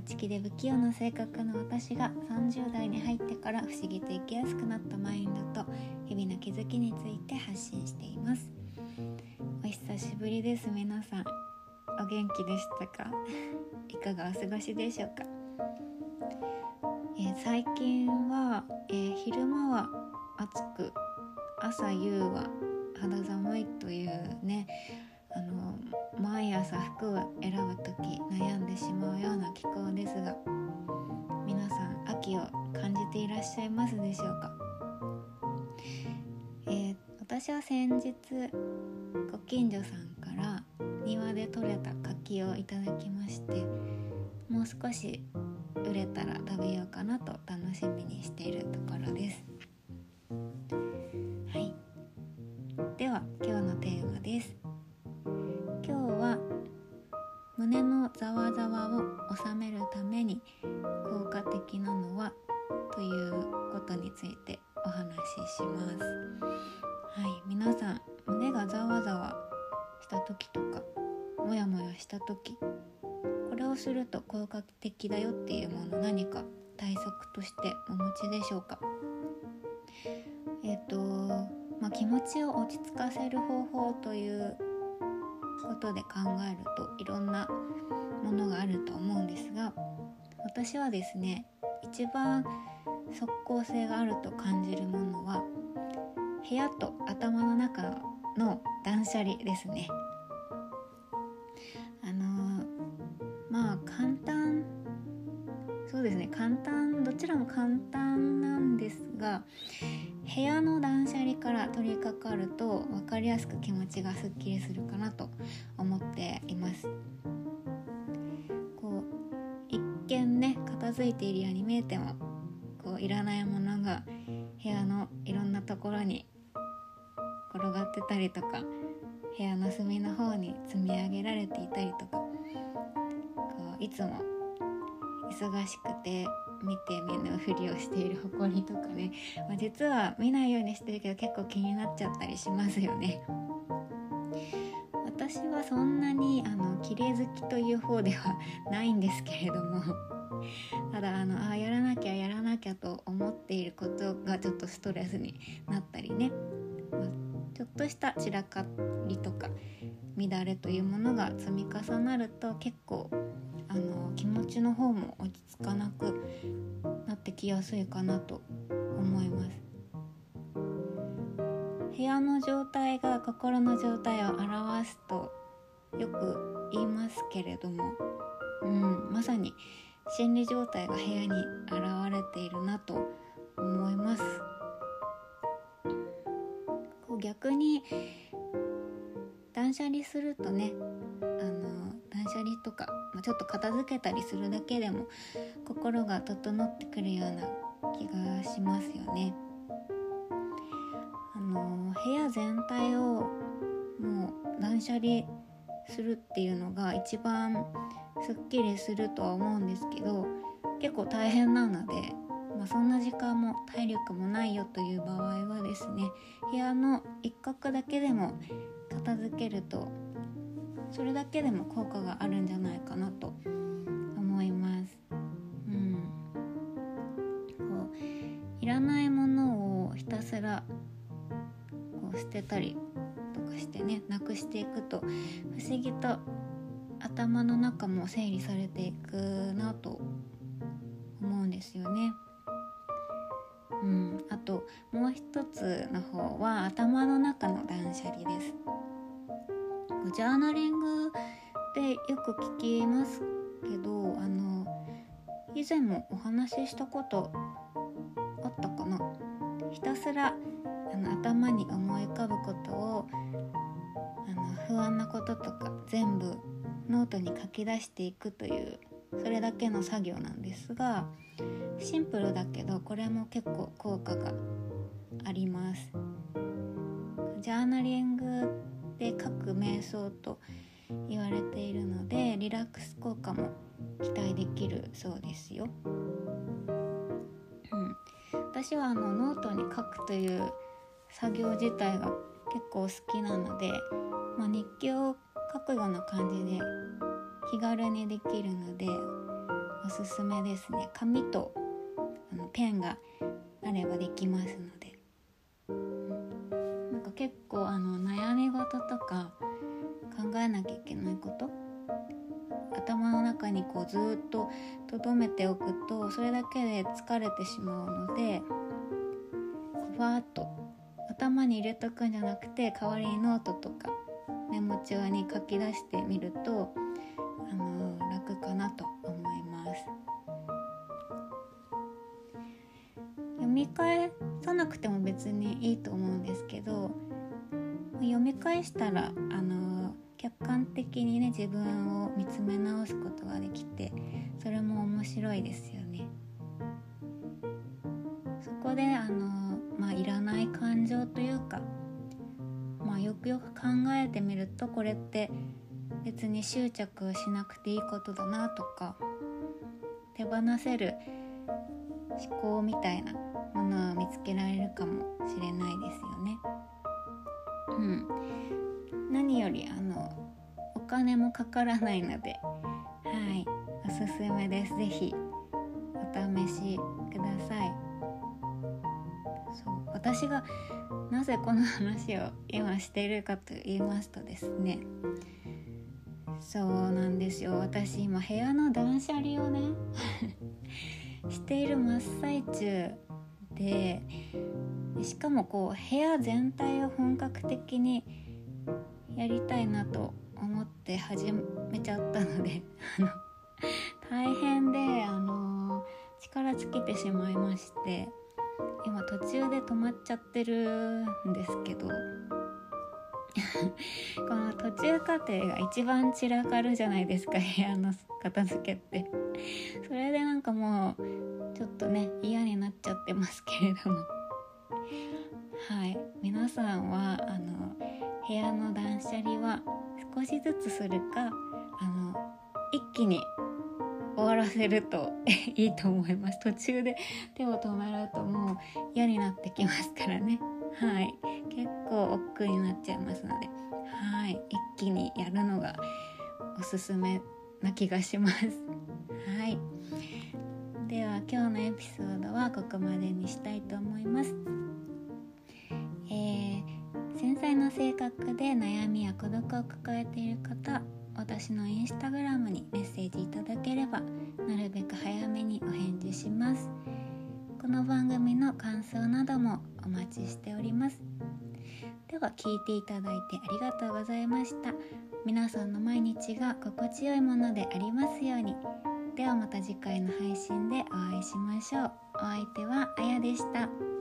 内気で不器用な性格の私が30代に入ってから不思議と生きやすくなったマインドと日々の気づきについて発信しています。お久しぶりです。皆さんお元気でしたか？いかがお過ごしでしょうか？最近は、昼間は暑く朝夕は肌寒いというね、毎朝服を選ぶとき悩んでしまうような気候ですが、皆さん秋を感じていらっしゃいますでしょうか？私は先日ご近所さんから庭で採れた柿をいただきまして、もう少し売れたら食べようかなと楽しみにしているところです。はい、では今日のテーマです。今日は胸のざわざわを収めるために効果的なのはということについてお話しします。はい、皆さん胸がざわざわした時とかもやもやした時、これをすると効果的だよっていうもの、何か対策としてお持ちでしょうか？気持ちを落ち着かせる方法ということで考えるといろんなものがあると思うんですが、私はですね、一番即効性があると感じるものは部屋と頭の中の断捨離ですね。簡単、どちらも簡単なんですが、部屋の断捨離から取り掛かると分かりやすく気持ちがすっきりするかなと思っています。一見ね、片付いているように見えても、いらないものが部屋のいろんなところに転がってたりとか、部屋の隅の方に積み上げられていたりとか、いつも忙しくて見て見ぬふりをしているホコリとかね、実は見ないようにしてるけど結構気になっちゃったりしますよね。私はそんなに綺麗好きという方ではないんですけれども、ただやらなきゃと思っていることがちょっとストレスになったりね、ちょっとした散らかりとか乱れというものが積み重なると結構気持ちの方も落ち着かなくなってきやすいかなと思います。部屋の状態が心の状態を表すとよく言いますけれども、まさに心理状態が部屋に現れているなと思います。逆に断捨離するとね、断捨離とか、ちょっと片付けたりするだけでも心が整ってくるような気がしますよね。部屋全体をもう断捨離するっていうのが一番すっきりするとは思うんですけど、結構大変なので、そんな時間も体力もないよという場合はですね、部屋の一角だけでも片付けると、それだけでも効果があるんじゃないかなと思います。いらないものをひたすら捨てたりとかしてね、なくしていくと不思議と頭の中も整理されていくなと思うんですよね。あともう一つの方は頭の中の断捨離です。ジャーナリングでよく聞きますけど、以前もお話ししたことあったかな。ひたすら頭に思い浮かぶことを不安なこととか全部ノートに書き出していくという、それだけの作業なんですが、シンプルだけどこれも結構効果があります。ジャーナリングで書く瞑想と言われているので、リラックス効果も期待できるそうですよ。私はノートに書くという作業自体が結構好きなので、日記を書くような感じで気軽にできるので、 おすすめですね。紙とペンがあればできますので、なんか結構悩み事とか考えなきゃいけないこと頭の中にこうずっと留めておくとそれだけで疲れてしまうので、ふわっと頭に入れとくんじゃなくて代わりにノートとかメモ帳に書き出してみると楽かなと思います。読み返さなくても別にいいと思うんですけど、読み返したら客観的にね自分を見つめ直すことができて、それも面白いですよね。そこでいらない感情というか、よくよく考えてみるとこれって別に執着しなくていいことだなとか、手放せる思考みたいなものを見つけられるかもしれないですよね。何よりお金もかからないので、おすすめです。ぜひお試しください。私がなぜこの話を今しているかと言いますとですね、そうなんですよ。私今部屋の断捨離をねしている真っ最中で、しかもこう部屋全体を本格的にやりたいなと思って始めちゃったので大変で力尽きてしまいまして、今途中で止まっちゃってるんですけどこの途中過程が一番散らかるじゃないですか、部屋の片付けって。それでなんかもうちょっとね嫌になっちゃってますけれども、皆さんは部屋の断捨離は少しずつするか一気に終わらせるといいと思います。途中で手を止めるともう嫌になってきますからね。結構億劫になっちゃいますので、一気にやるのがおすすめな気がします。では今日のエピソードはここまでにしたいと思います。繊細な性格で悩みや孤独を抱えている方、私のインスタグラムにメッセージいただければなるべく早めにお返事します。この番組の感想などもお待ちしております。では聞いていただいてありがとうございました。皆さんの毎日が心地よいものでありますように。ではまた次回の配信でお会いしましょう。お相手はあやでした。